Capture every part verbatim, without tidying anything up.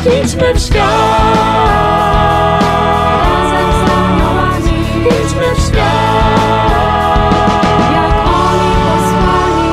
Idźmy w świat, razem z aniołami. Idźmy w świat, jak oni posłani.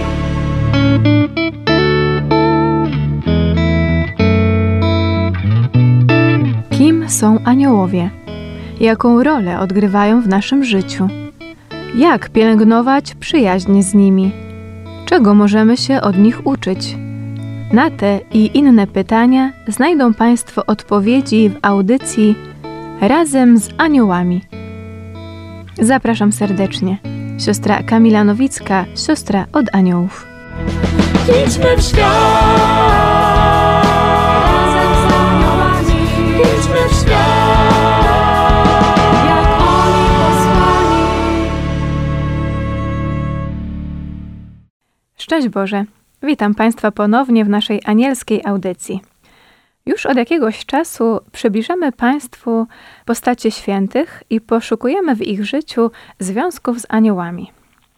Kim są aniołowie? Jaką rolę odgrywają w naszym życiu? Jak pielęgnować przyjaźń z nimi? Czego możemy się od nich uczyć? Na te i inne pytania znajdą Państwo odpowiedzi w audycji Razem z aniołami. Zapraszam serdecznie. Siostra Kamila Nowicka, siostra od aniołów. Idźmy w świat, razem z aniołami. Idźmy w świat, jak oni posłani. Szczęść Boże! Witam Państwa ponownie w naszej anielskiej audycji. Już od jakiegoś czasu przybliżamy Państwu postacie świętych i poszukujemy w ich życiu związków z aniołami.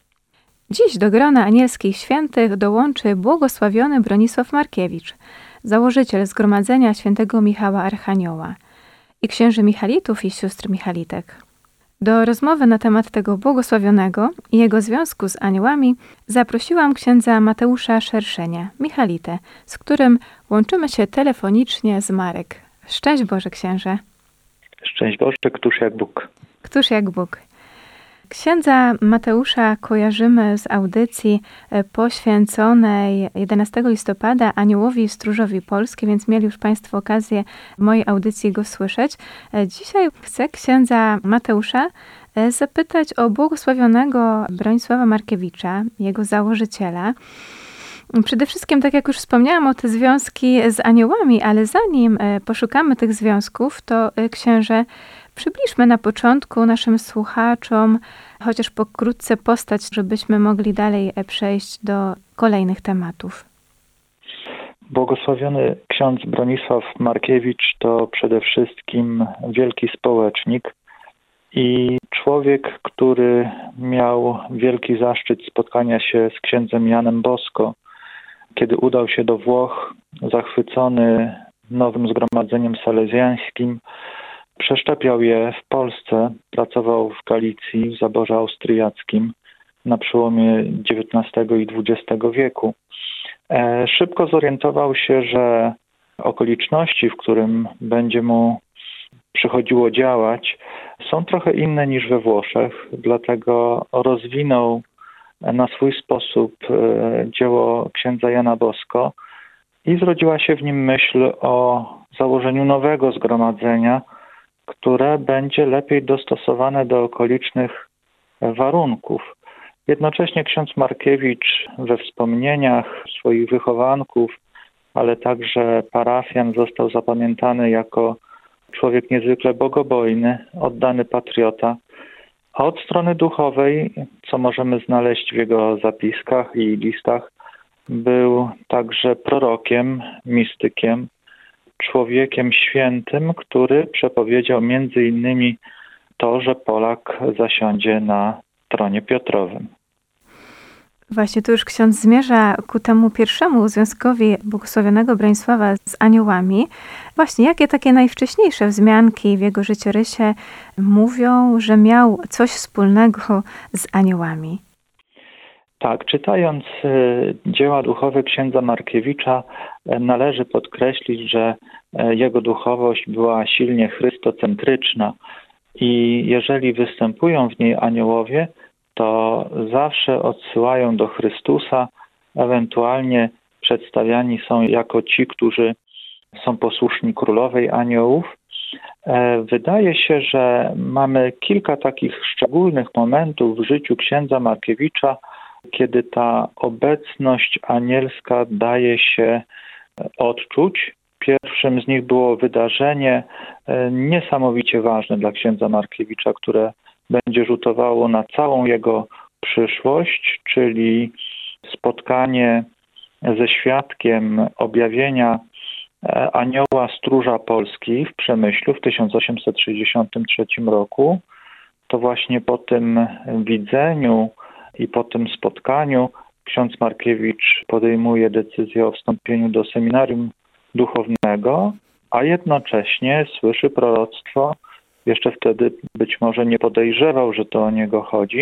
Dziś do grona anielskich świętych dołączy błogosławiony Bronisław Markiewicz, założyciel Zgromadzenia Świętego Michała Archanioła i księży Michalitów i sióstr Michalitek. Do rozmowy na temat tego błogosławionego i jego związku z aniołami zaprosiłam księdza Mateusza Szerszenia, Michalite, z którym łączymy się telefonicznie z Marek. Szczęść Boże, księże. Szczęść Boże, któż jak Bóg. Któż jak Bóg. Księdza Mateusza kojarzymy z audycji poświęconej jedenastego listopada Aniołowi Stróżowi Polski, więc mieli już Państwo okazję w mojej audycji go słyszeć. Dzisiaj chcę księdza Mateusza zapytać o błogosławionego Bronisława Markiewicza, jego założyciela. Przede wszystkim, tak jak już wspomniałam, o te związki z aniołami, ale zanim poszukamy tych związków, to księże, przybliżmy na początku naszym słuchaczom, chociaż pokrótce postać, żebyśmy mogli dalej przejść do kolejnych tematów. Błogosławiony ksiądz Bronisław Markiewicz to przede wszystkim wielki społecznik i człowiek, który miał wielki zaszczyt spotkania się z księdzem Janem Bosko, kiedy udał się do Włoch, zachwycony nowym zgromadzeniem salezjańskim, przeszczepiał je w Polsce, pracował w Galicji, w zaborze austriackim na przełomie dziewiętnastego i dwudziestego wieku. E, szybko zorientował się, że okoliczności, w którym będzie mu przychodziło działać, są trochę inne niż we Włoszech, dlatego rozwinął na swój sposób e, dzieło księdza Jana Bosko i zrodziła się w nim myśl o założeniu nowego zgromadzenia, które będzie lepiej dostosowane do okolicznych warunków. Jednocześnie ksiądz Markiewicz we wspomnieniach swoich wychowanków, ale także parafian został zapamiętany jako człowiek niezwykle bogobojny, oddany patriota. A od strony duchowej, co możemy znaleźć w jego zapiskach i listach, był także prorokiem, mistykiem, człowiekiem świętym, który przepowiedział między innymi to, że Polak zasiądzie na tronie Piotrowym. Właśnie tu już ksiądz zmierza ku temu pierwszemu związkowi błogosławionego Bronisława z aniołami. Właśnie jakie takie najwcześniejsze wzmianki w jego życiorysie mówią, że miał coś wspólnego z aniołami? Tak, czytając dzieła duchowe księdza Markiewicza, należy podkreślić, że jego duchowość była silnie chrystocentryczna i jeżeli występują w niej aniołowie, to zawsze odsyłają do Chrystusa, ewentualnie przedstawiani są jako ci, którzy są posłuszni królowej aniołów. Wydaje się, że mamy kilka takich szczególnych momentów w życiu księdza Markiewicza, kiedy ta obecność anielska daje się odczuć. Pierwszym z nich było wydarzenie niesamowicie ważne dla księdza Markiewicza, które będzie rzutowało na całą jego przyszłość, czyli spotkanie ze świadkiem objawienia anioła stróża Polski w Przemyślu w tysiąc osiemset sześćdziesiątym trzecim roku. To właśnie po tym widzeniu i po tym spotkaniu ksiądz Markiewicz podejmuje decyzję o wstąpieniu do seminarium duchownego a jednocześnie słyszy proroctwo, jeszcze wtedy być może nie podejrzewał, że to o niego chodzi,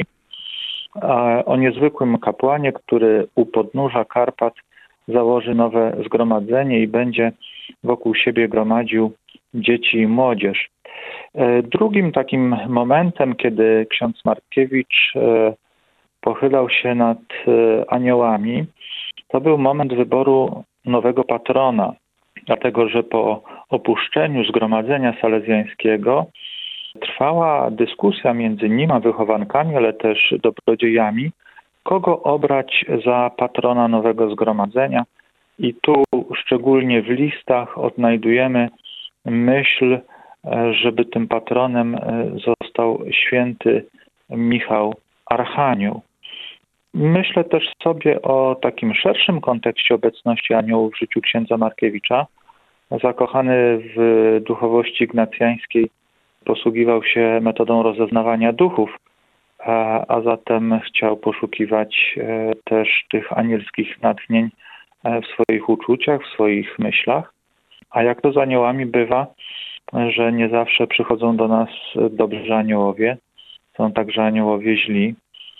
o niezwykłym kapłanie, który u podnóża Karpat założy nowe zgromadzenie i będzie wokół siebie gromadził dzieci i młodzież. Drugim takim momentem, kiedy ksiądz Markiewicz pochylał się nad aniołami, to był moment wyboru nowego patrona, dlatego że po opuszczeniu zgromadzenia salezjańskiego trwała dyskusja między nim a wychowankami, ale też dobrodziejami, kogo obrać za patrona nowego zgromadzenia. I tu szczególnie w listach odnajdujemy myśl, żeby tym patronem został święty Michał Archanioł. Myślę też sobie o takim szerszym kontekście obecności aniołów w życiu księdza Markiewicza. Zakochany w duchowości ignacjańskiej posługiwał się metodą rozeznawania duchów, a, a zatem chciał poszukiwać też tych anielskich natchnień w swoich uczuciach, w swoich myślach. A jak to z aniołami bywa, że nie zawsze przychodzą do nas dobrzy aniołowie, są także aniołowie źli.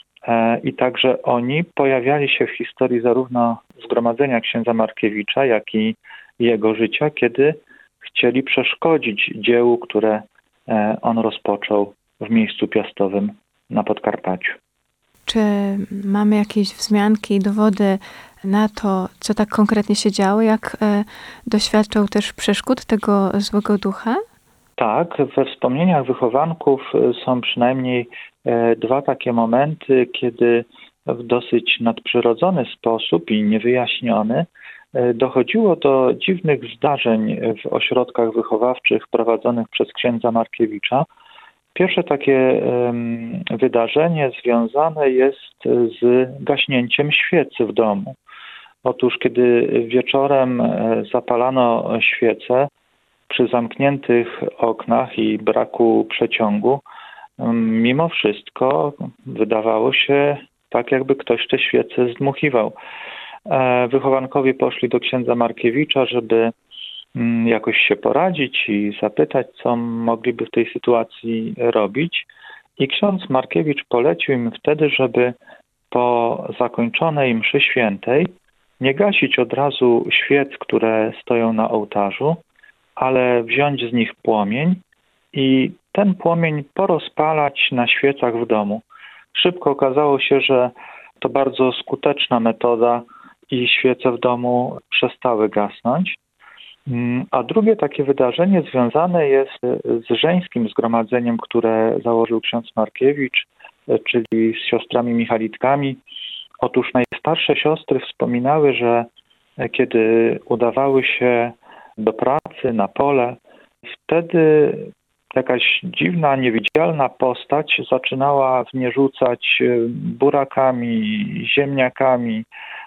I także oni pojawiali się w historii zarówno zgromadzenia księdza Markiewicza, jak i jego życia, kiedy chcieli przeszkodzić dziełu, które on rozpoczął w miejscu piastowym na Podkarpaciu. Czy mamy jakieś wzmianki i dowody na to, co tak konkretnie się działo, jak e, doświadczał też przeszkód tego złego ducha? Tak, we wspomnieniach wychowanków są przynajmniej e, dwa takie momenty, kiedy w dosyć nadprzyrodzony sposób i niewyjaśniony e, dochodziło do dziwnych zdarzeń w ośrodkach wychowawczych prowadzonych przez księdza Markiewicza. Pierwsze takie um, wydarzenie związane jest z gaśnięciem świecy w domu. Otóż kiedy wieczorem zapalano świece przy zamkniętych oknach i braku przeciągu, mimo wszystko wydawało się tak, jakby ktoś te świece zdmuchiwał. Wychowankowie poszli do księdza Markiewicza, żeby jakoś się poradzić i zapytać, co mogliby w tej sytuacji robić. I ksiądz Markiewicz polecił im wtedy, żeby po zakończonej mszy świętej nie gasić od razu świec, które stoją na ołtarzu, ale wziąć z nich płomień i ten płomień porozpalać na świecach w domu. Szybko okazało się, że to bardzo skuteczna metoda i świece w domu przestały gasnąć. A drugie takie wydarzenie związane jest z żeńskim zgromadzeniem, które założył ksiądz Markiewicz, czyli z siostrami Michalitkami. Otóż najstarsze siostry wspominały, że kiedy udawały się do pracy na pole, wtedy jakaś dziwna, niewidzialna postać zaczynała w nie rzucać burakami, ziemniakami,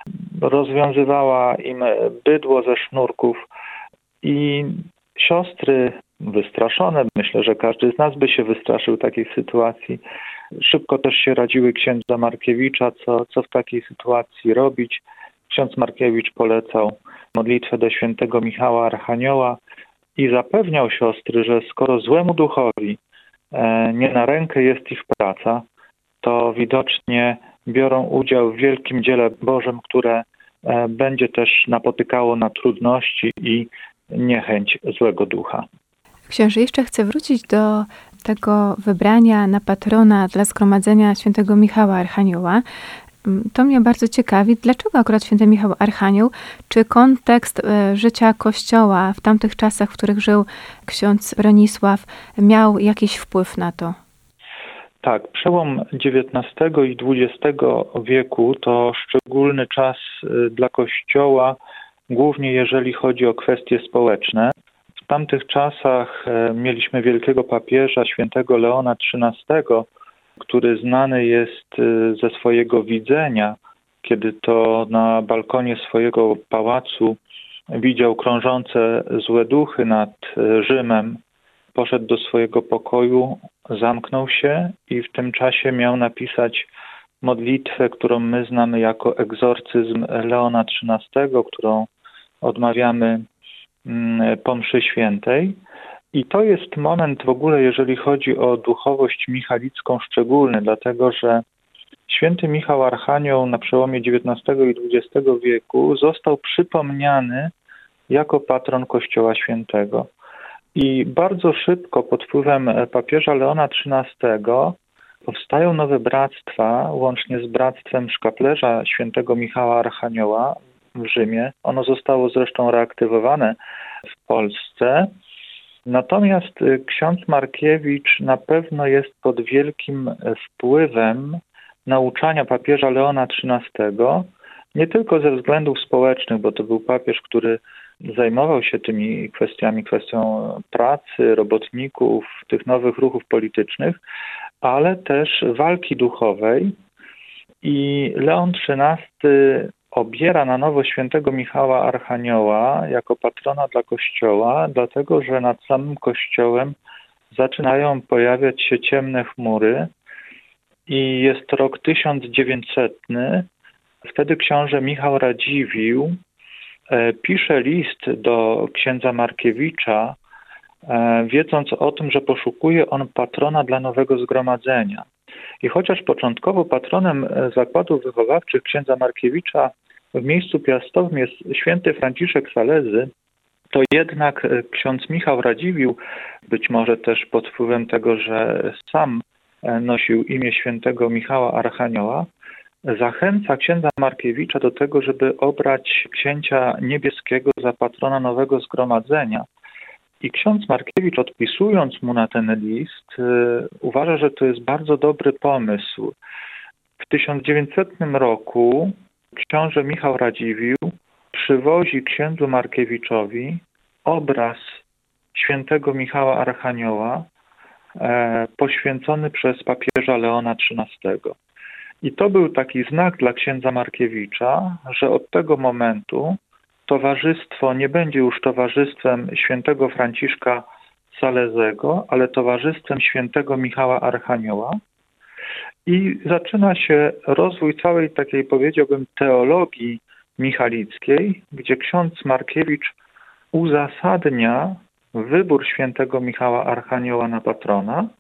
rozwiązywała im bydło ze sznurków i siostry wystraszone, myślę, że każdy z nas by się wystraszył takiej sytuacji, szybko też się radziły księdza Markiewicza, co, co w takiej sytuacji robić. Ksiądz Markiewicz polecał modlitwę do świętego Michała Archanioła i zapewniał siostry, że skoro złemu duchowi e, nie na rękę jest ich praca, to widocznie biorą udział w wielkim dziele Bożym, które e, będzie też napotykało na trudności i niechęć złego ducha. Księże, jeszcze chcę wrócić do tego wybrania na patrona dla zgromadzenia świętego Michała Archanioła. To mnie bardzo ciekawi, dlaczego akurat święty Michał Archanioł? Czy kontekst życia Kościoła w tamtych czasach, w których żył ksiądz Bronisław, miał jakiś wpływ na to? Tak, przełom dziewiętnastego i dwudziestego wieku to szczególny czas dla Kościoła, głównie jeżeli chodzi o kwestie społeczne. W tamtych czasach mieliśmy wielkiego papieża, świętego Leona trzynastego, który znany jest ze swojego widzenia, kiedy to na balkonie swojego pałacu widział krążące złe duchy nad Rzymem. Poszedł do swojego pokoju, zamknął się i w tym czasie miał napisać modlitwę, którą my znamy jako egzorcyzm Leona trzynastego, którą odmawiamy po mszy świętej. I to jest moment w ogóle, jeżeli chodzi o duchowość michalicką, szczególny, dlatego że święty Michał Archanioł na przełomie dziewiętnastego i dwudziestego wieku został przypomniany jako patron Kościoła Świętego. I bardzo szybko pod wpływem papieża Leona trzynastego powstają nowe bractwa, łącznie z bractwem szkaplerza świętego Michała Archanioła w Rzymie. Ono zostało zresztą reaktywowane w Polsce. Natomiast ksiądz Markiewicz na pewno jest pod wielkim wpływem nauczania papieża Leona trzynastego, nie tylko ze względów społecznych, bo to był papież, który zajmował się tymi kwestiami, kwestią pracy, robotników, tych nowych ruchów politycznych, ale też walki duchowej. I Leon trzynasty obiera na nowo świętego Michała Archanioła jako patrona dla Kościoła, dlatego że nad samym Kościołem zaczynają pojawiać się ciemne chmury i jest rok tysiąc dziewięćsetny. Wtedy książę Michał Radziwiłł e, pisze list do księdza Markiewicza, e, wiedząc o tym, że poszukuje on patrona dla nowego zgromadzenia. I chociaż początkowo patronem zakładów wychowawczych księdza Markiewicza w miejscu piastowym jest święty Franciszek Salezy, to jednak ksiądz Michał Radziwiłł, być może też pod wpływem tego, że sam nosił imię świętego Michała Archanioła, zachęca księdza Markiewicza do tego, żeby obrać księcia niebieskiego za patrona nowego zgromadzenia. I ksiądz Markiewicz, odpisując mu na ten list, uważa, że to jest bardzo dobry pomysł. W tysiąc dziewięćsetnym roku książę Michał Radziwiłł przywozi księdzu Markiewiczowi obraz świętego Michała Archanioła e, poświęcony przez papieża Leona trzynastego. I to był taki znak dla księdza Markiewicza, że od tego momentu towarzystwo nie będzie już towarzystwem świętego Franciszka Salezego, ale towarzystwem świętego Michała Archanioła. I zaczyna się rozwój całej takiej, powiedziałbym, teologii michalickiej, gdzie ksiądz Markiewicz uzasadnia wybór świętego Michała Archanioła na patrona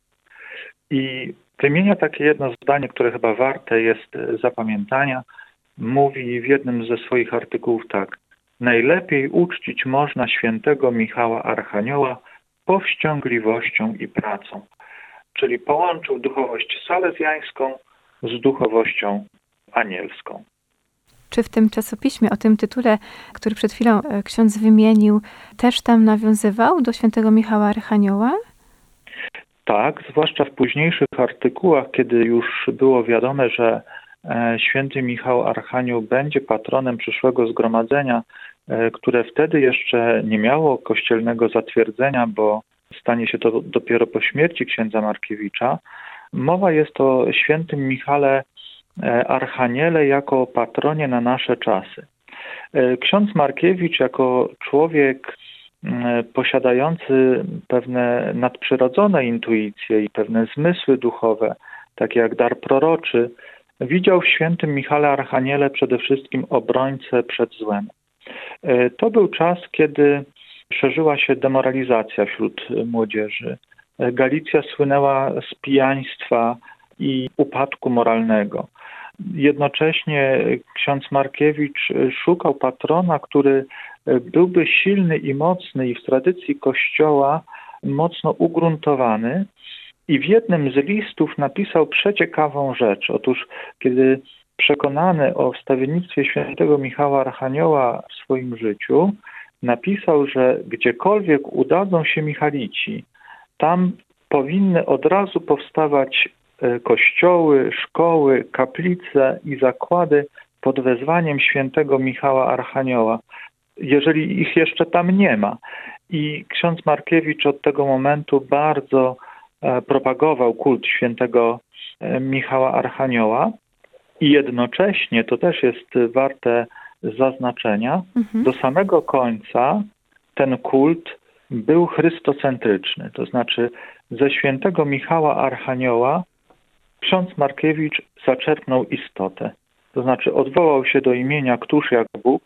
i wymienia takie jedno zdanie, które chyba warte jest zapamiętania. Mówi w jednym ze swoich artykułów tak: najlepiej uczcić można świętego Michała Archanioła powściągliwością i pracą. Czyli połączył duchowość salezjańską z duchowością anielską. Czy w tym czasopiśmie, o tym tytule, który przed chwilą ksiądz wymienił, też tam nawiązywał do świętego Michała Archanioła? Tak, zwłaszcza w późniejszych artykułach, kiedy już było wiadome, że święty Michał Archanioł będzie patronem przyszłego zgromadzenia, które wtedy jeszcze nie miało kościelnego zatwierdzenia, bo stanie się to dopiero po śmierci księdza Markiewicza. Mowa jest o świętym Michale Archaniele jako patronie na nasze czasy. Ksiądz Markiewicz jako człowiek posiadający pewne nadprzyrodzone intuicje i pewne zmysły duchowe, takie jak dar proroczy, widział w świętym Michale Archaniele przede wszystkim obrońcę przed złem. To był czas, kiedy szerzyła się demoralizacja wśród młodzieży. Galicja słynęła z pijaństwa i upadku moralnego. Jednocześnie ksiądz Markiewicz szukał patrona, który byłby silny i mocny i w tradycji Kościoła mocno ugruntowany. I w jednym z listów napisał przeciekawą rzecz. Otóż kiedy przekonany o wstawiennictwie świętego Michała Archanioła w swoim życiu, napisał, że gdziekolwiek udadzą się Michalici, tam powinny od razu powstawać kościoły, szkoły, kaplice i zakłady pod wezwaniem świętego Michała Archanioła, jeżeli ich jeszcze tam nie ma. I ksiądz Markiewicz od tego momentu bardzo propagował kult świętego Michała Archanioła i jednocześnie, to też jest warte zaznaczenia, mhm. do samego końca ten kult był chrystocentryczny. To znaczy ze świętego Michała Archanioła ksiądz Markiewicz zaczerpnął istotę. To znaczy odwołał się do imienia Któż jak Bóg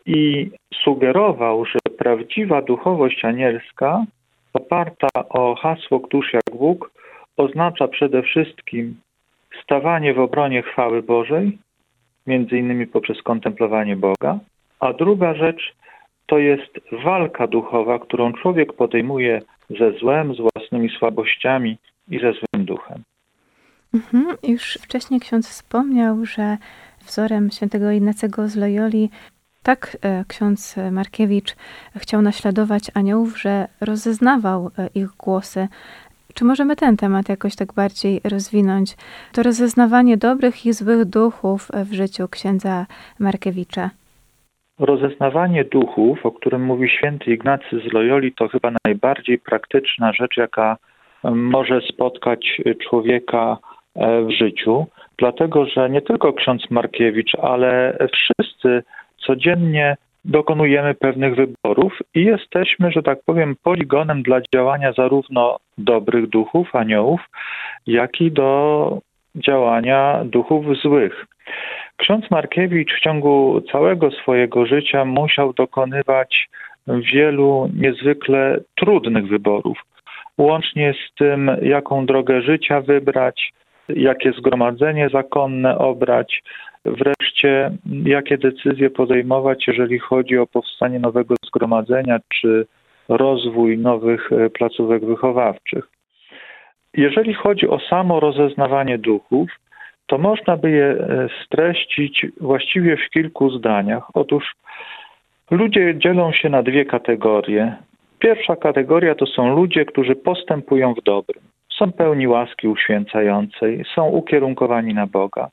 i sugerował, że prawdziwa duchowość anielska, oparta o hasło „Któż jak Bóg”, oznacza przede wszystkim stawanie w obronie chwały Bożej, między innymi poprzez kontemplowanie Boga, a druga rzecz to jest walka duchowa, którą człowiek podejmuje ze złem, z własnymi słabościami i ze złym duchem. Mhm. Już wcześniej ksiądz wspomniał, że wzorem świętego Ignacego z Loyoli tak e, ksiądz Markiewicz chciał naśladować aniołów, że rozeznawał e, ich głosy. Czy możemy ten temat jakoś tak bardziej rozwinąć? To rozeznawanie dobrych i złych duchów w życiu księdza Markiewicza. Rozeznawanie duchów, o którym mówi święty Ignacy z Loyoli, to chyba najbardziej praktyczna rzecz, jaka może spotkać człowieka w życiu, dlatego że nie tylko ksiądz Markiewicz, ale wszyscy codziennie dokonujemy pewnych wyborów i jesteśmy, że tak powiem, poligonem dla działania zarówno dobrych duchów, aniołów, jak i do działania duchów złych. Ksiądz Markiewicz w ciągu całego swojego życia musiał dokonywać wielu niezwykle trudnych wyborów, łącznie z tym, jaką drogę życia wybrać, jakie zgromadzenie zakonne obrać, wreszcie jakie decyzje podejmować, jeżeli chodzi o powstanie nowego zgromadzenia czy rozwój nowych placówek wychowawczych. Jeżeli chodzi o samo rozeznawanie duchów, to można by je streścić właściwie w kilku zdaniach. Otóż ludzie dzielą się na dwie kategorie. Pierwsza kategoria to są ludzie, którzy postępują w dobrym. Są pełni łaski uświęcającej, są ukierunkowani na Boga.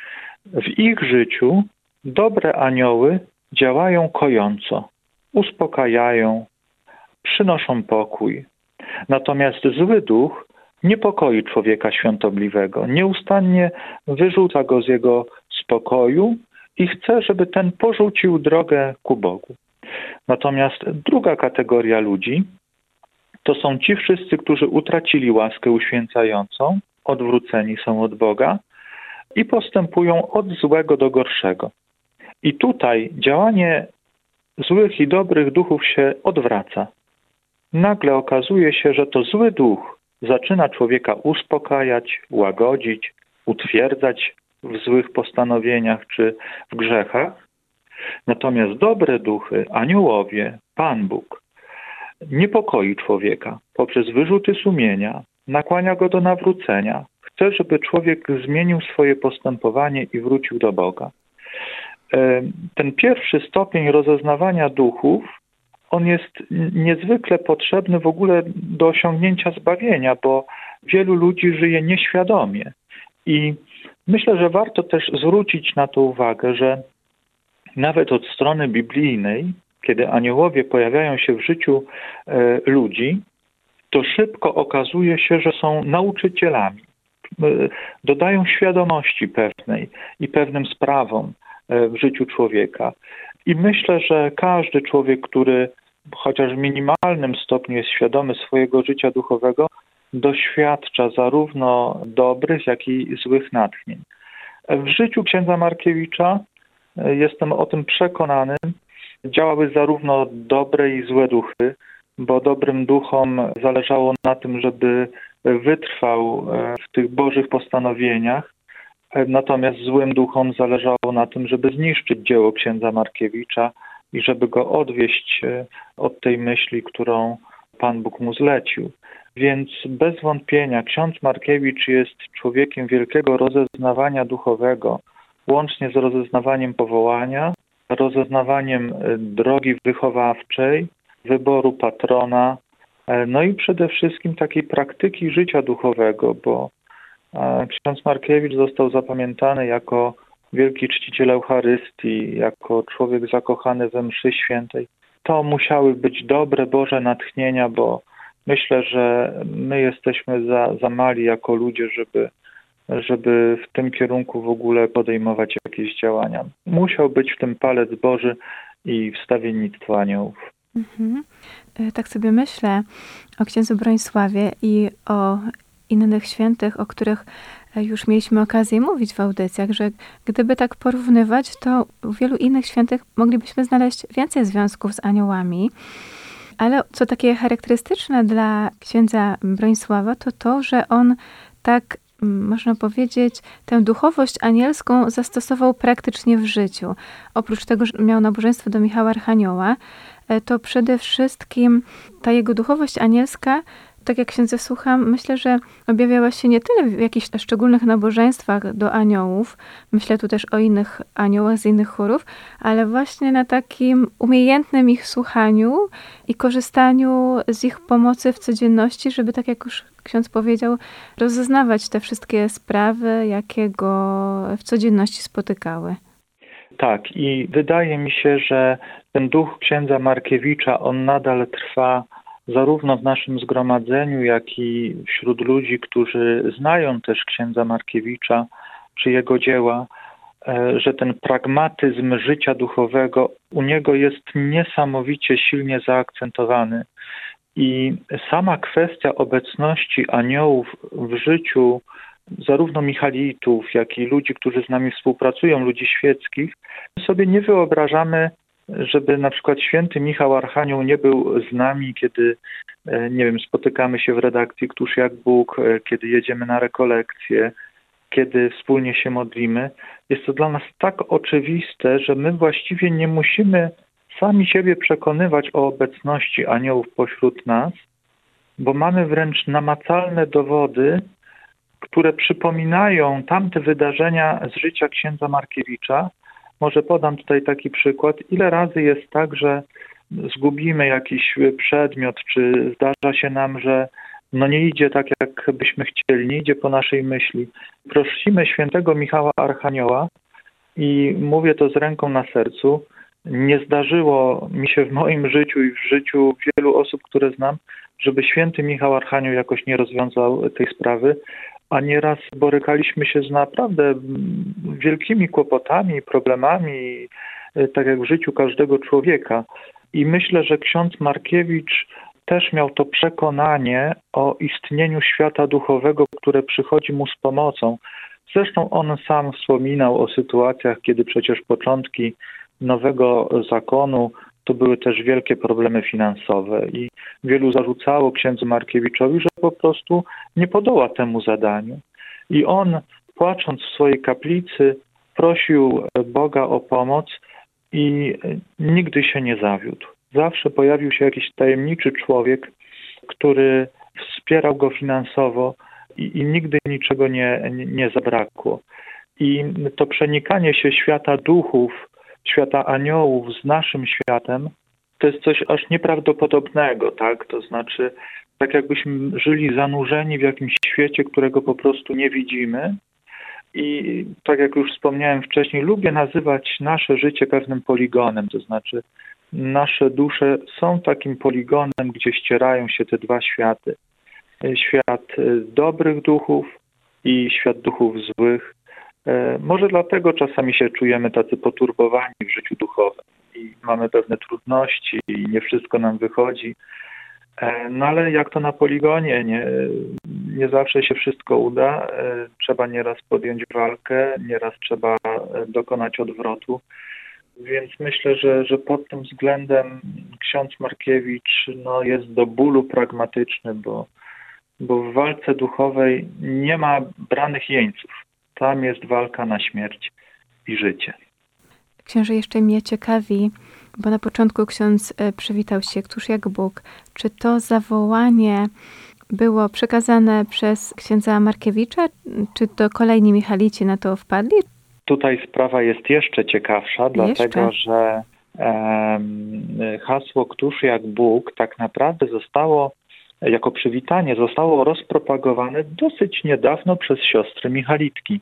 W ich życiu dobre anioły działają kojąco, uspokajają, przynoszą pokój. Natomiast zły duch niepokoi człowieka świątobliwego, nieustannie wyrzuca go z jego spokoju i chce, żeby ten porzucił drogę ku Bogu. Natomiast druga kategoria ludzi to są ci wszyscy, którzy utracili łaskę uświęcającą, odwróceni są od Boga i postępują od złego do gorszego. I tutaj działanie złych i dobrych duchów się odwraca. Nagle okazuje się, że to zły duch zaczyna człowieka uspokajać, łagodzić, utwierdzać w złych postanowieniach czy w grzechach. Natomiast dobre duchy, aniołowie, Pan Bóg, niepokoi człowieka poprzez wyrzuty sumienia, nakłania go do nawrócenia. Chce, żeby człowiek zmienił swoje postępowanie i wrócił do Boga. Ten pierwszy stopień rozeznawania duchów, on jest niezwykle potrzebny w ogóle do osiągnięcia zbawienia, bo wielu ludzi żyje nieświadomie. I myślę, że warto też zwrócić na to uwagę, że nawet od strony biblijnej, kiedy aniołowie pojawiają się w życiu e, ludzi, to szybko okazuje się, że są nauczycielami. E, dodają świadomości pewnej i pewnym sprawom e, w życiu człowieka. I myślę, że każdy człowiek, który chociaż w minimalnym stopniu jest świadomy swojego życia duchowego, doświadcza zarówno dobrych, jak i złych natchnień. W życiu księdza Markiewicza, jestem o tym przekonany, działały zarówno dobre i złe duchy, bo dobrym duchom zależało na tym, żeby wytrwał w tych bożych postanowieniach, natomiast złym duchom zależało na tym, żeby zniszczyć dzieło księdza Markiewicza i żeby go odwieść od tej myśli, którą Pan Bóg mu zlecił. Więc bez wątpienia ksiądz Markiewicz jest człowiekiem wielkiego rozeznawania duchowego, łącznie z rozeznawaniem powołania, rozeznawaniem drogi wychowawczej, wyboru patrona, no i przede wszystkim takiej praktyki życia duchowego, bo ksiądz Markiewicz został zapamiętany jako wielki czciciel Eucharystii, jako człowiek zakochany we mszy świętej. To musiały być dobre Boże natchnienia, bo myślę, że my jesteśmy za, za mali jako ludzie, żeby, żeby w tym kierunku w ogóle podejmować jakieś działania. Musiał być w tym palec Boży i wstawiennictwo aniołów. Mhm. Tak sobie myślę o księdzu Bronisławie i o innych świętych, o których już mieliśmy okazję mówić w audycjach, że gdyby tak porównywać, to u wielu innych świętych moglibyśmy znaleźć więcej związków z aniołami. Ale co takie charakterystyczne dla księdza Bronisława, to to, że on tak, można powiedzieć, tę duchowość anielską zastosował praktycznie w życiu. Oprócz tego, że miał nabożeństwo do Michała Archanioła, to przede wszystkim ta jego duchowość anielska, tak jak księdza słucham, myślę, że objawiała się nie tyle w jakichś szczególnych nabożeństwach do aniołów, myślę tu też o innych aniołach z innych chórów, ale właśnie na takim umiejętnym ich słuchaniu i korzystaniu z ich pomocy w codzienności, żeby, tak jak już ksiądz powiedział, rozeznawać te wszystkie sprawy, jakie go w codzienności spotykały. Tak, i wydaje mi się, że ten duch księdza Markiewicza, on nadal trwa zarówno w naszym zgromadzeniu, jak i wśród ludzi, którzy znają też księdza Markiewicza czy jego dzieła, że ten pragmatyzm życia duchowego u niego jest niesamowicie silnie zaakcentowany. I sama kwestia obecności aniołów w życiu zarówno Michalitów, jak i ludzi, którzy z nami współpracują, ludzi świeckich, sobie nie wyobrażamy, żeby na przykład święty Michał Archanioł nie był z nami, kiedy, nie wiem, spotykamy się w redakcji Któż jak Bóg, kiedy jedziemy na rekolekcje, kiedy wspólnie się modlimy. Jest to dla nas tak oczywiste, że my właściwie nie musimy sami siebie przekonywać o obecności aniołów pośród nas, bo mamy wręcz namacalne dowody, które przypominają tamte wydarzenia z życia księdza Markiewicza. Może podam tutaj taki przykład. Ile razy jest tak, że zgubimy jakiś przedmiot, czy zdarza się nam, że no nie idzie tak, jak byśmy chcieli, nie idzie po naszej myśli. Prosimy świętego Michała Archanioła i mówię to z ręką na sercu. Nie zdarzyło mi się w moim życiu i w życiu wielu osób, które znam, żeby święty Michał Archanioł jakoś nie rozwiązał tej sprawy, a nieraz borykaliśmy się z naprawdę wielkimi kłopotami, problemami, tak jak w życiu każdego człowieka. I myślę, że ksiądz Markiewicz też miał to przekonanie o istnieniu świata duchowego, które przychodzi mu z pomocą. Zresztą on sam wspominał o sytuacjach, kiedy przecież początki nowego zakonu to były też wielkie problemy finansowe i wielu zarzucało księdzu Markiewiczowi, że po prostu nie podoła temu zadaniu. I on, płacząc w swojej kaplicy, prosił Boga o pomoc i nigdy się nie zawiódł. Zawsze pojawił się jakiś tajemniczy człowiek, który wspierał go finansowo i, i nigdy niczego nie, nie, nie zabrakło. I to przenikanie się świata duchów, świata aniołów z naszym światem, to jest coś aż nieprawdopodobnego, tak? To znaczy, tak jakbyśmy żyli zanurzeni w jakimś świecie, którego po prostu nie widzimy. I tak jak już wspomniałem wcześniej, lubię nazywać nasze życie pewnym poligonem, to znaczy nasze dusze są takim poligonem, gdzie ścierają się te dwa światy. Świat dobrych duchów i świat duchów złych. Może dlatego czasami się czujemy tacy poturbowani w życiu duchowym i mamy pewne trudności i nie wszystko nam wychodzi. No ale jak to na poligonie, nie, nie zawsze się wszystko uda. Trzeba nieraz podjąć walkę, nieraz trzeba dokonać odwrotu. Więc myślę, że, że pod tym względem ksiądz Markiewicz no, jest do bólu pragmatyczny, bo, bo w walce duchowej nie ma branych jeńców. Tam jest walka na śmierć i życie. Księże, jeszcze mnie ciekawi, bo na początku ksiądz przywitał się, Któż jak Bóg. Czy to zawołanie było przekazane przez księdza Markiewicza, czy to kolejni Michalici na to wpadli? Tutaj sprawa jest jeszcze ciekawsza, jeszcze? dlatego że um, hasło Któż jak Bóg tak naprawdę zostało, jako przywitanie, zostało rozpropagowane dosyć niedawno przez siostry Michalitki.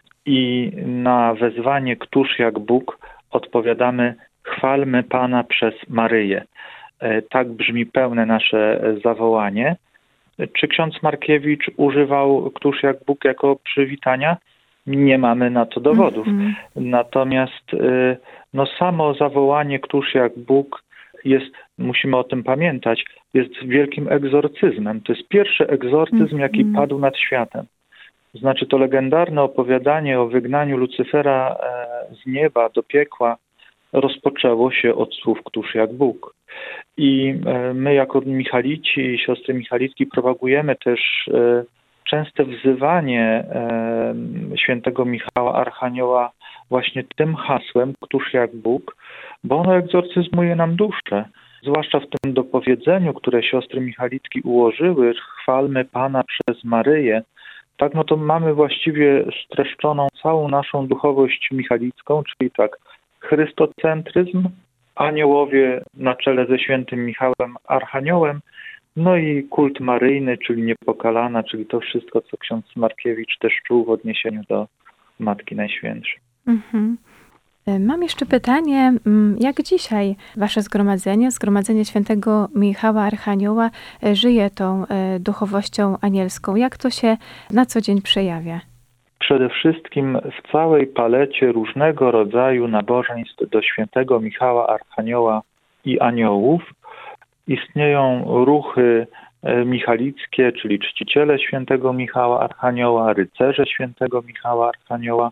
I na wezwanie Któż jak Bóg odpowiadamy: chwalmy Pana przez Maryję. Tak brzmi pełne nasze zawołanie. Czy ksiądz Markiewicz używał Któż jak Bóg jako przywitania? Nie mamy na to dowodów. Mm-hmm. Natomiast no, samo zawołanie Któż jak Bóg jest, musimy o tym pamiętać, jest wielkim egzorcyzmem. To jest pierwszy egzorcyzm, mm-hmm. jaki padł nad światem. Znaczy to legendarne opowiadanie o wygnaniu Lucyfera z nieba do piekła rozpoczęło się od słów „Któż jak Bóg”. I my jako Michalici i siostry Michalitki propagujemy też częste wzywanie świętego Michała Archanioła właśnie tym hasłem „Któż jak Bóg”, bo ono egzorcyzmuje nam duszę. Zwłaszcza w tym dopowiedzeniu, które siostry Michalitki ułożyły, chwalmy Pana przez Maryję, tak, no to mamy właściwie streszczoną całą naszą duchowość michalicką, czyli tak, chrystocentryzm, aniołowie na czele ze świętym Michałem Archaniołem, no i kult maryjny, czyli niepokalana, czyli to wszystko, co ksiądz Markiewicz też czuł w odniesieniu do Matki Najświętszej. Mhm. Mam jeszcze pytanie, jak dzisiaj wasze zgromadzenie, Zgromadzenie Świętego Michała Archanioła żyje tą duchowością anielską? Jak to się na co dzień przejawia? Przede wszystkim w całej palecie różnego rodzaju nabożeństw do Świętego Michała Archanioła i aniołów istnieją ruchy michalickie, czyli czciciele Świętego Michała Archanioła, rycerze Świętego Michała Archanioła.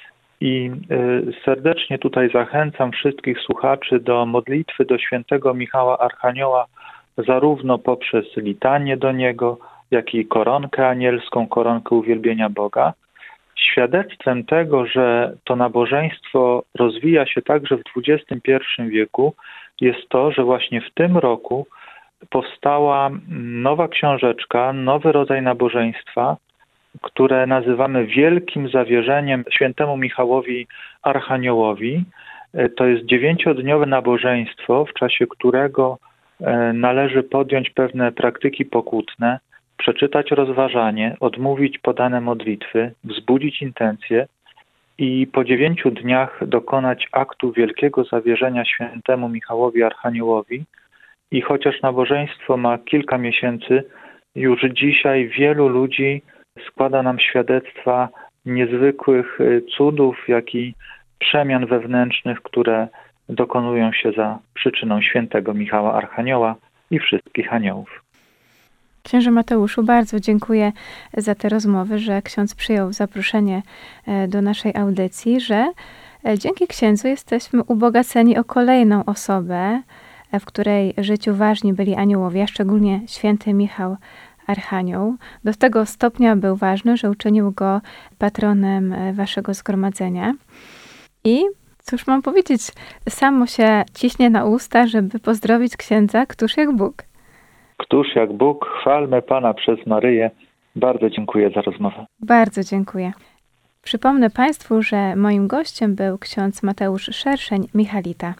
I serdecznie tutaj zachęcam wszystkich słuchaczy do modlitwy do Świętego Michała Archanioła, zarówno poprzez litanię do Niego, jak i koronkę anielską, koronkę uwielbienia Boga. Świadectwem tego, że to nabożeństwo rozwija się także w dwudziestym pierwszym wieku, jest to, że właśnie w tym roku powstała nowa książeczka, nowy rodzaj nabożeństwa, które nazywamy Wielkim Zawierzeniem Świętemu Michałowi Archaniołowi. To jest dziewięciodniowe nabożeństwo, w czasie którego należy podjąć pewne praktyki pokutne, przeczytać rozważanie, odmówić podane modlitwy, wzbudzić intencje i po dziewięciu dniach dokonać aktu Wielkiego Zawierzenia Świętemu Michałowi Archaniołowi. I chociaż nabożeństwo ma kilka miesięcy, już dzisiaj wielu ludzi składa nam świadectwa niezwykłych cudów, jak i przemian wewnętrznych, które dokonują się za przyczyną Świętego Michała Archanioła i wszystkich aniołów. Księże Mateuszu, bardzo dziękuję za te rozmowy, że ksiądz przyjął zaproszenie do naszej audycji, że dzięki księdzu jesteśmy ubogaceni o kolejną osobę, w której życiu ważni byli aniołowie, a szczególnie święty Michał Archanioł. Do tego stopnia był ważny, że uczynił go patronem waszego zgromadzenia. I cóż mam powiedzieć, samo się ciśnie na usta, żeby pozdrowić księdza, któż jak Bóg. Któż jak Bóg, chwalmy Pana przez Maryję. Bardzo dziękuję za rozmowę. Bardzo dziękuję. Przypomnę Państwu, że moim gościem był ksiądz Mateusz Szerszeń, Michalita.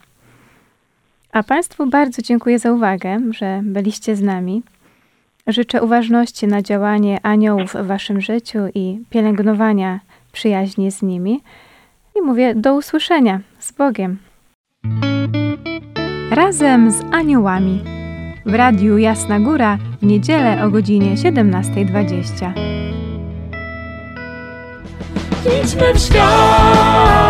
A Państwu bardzo dziękuję za uwagę, że byliście z nami. Życzę uważności na działanie aniołów w waszym życiu i pielęgnowania przyjaźni z nimi. I mówię do usłyszenia. Z Bogiem. Razem z aniołami. W Radiu Jasna Góra w niedzielę o godzinie siedemnasta dwadzieścia. Idźmy w świat.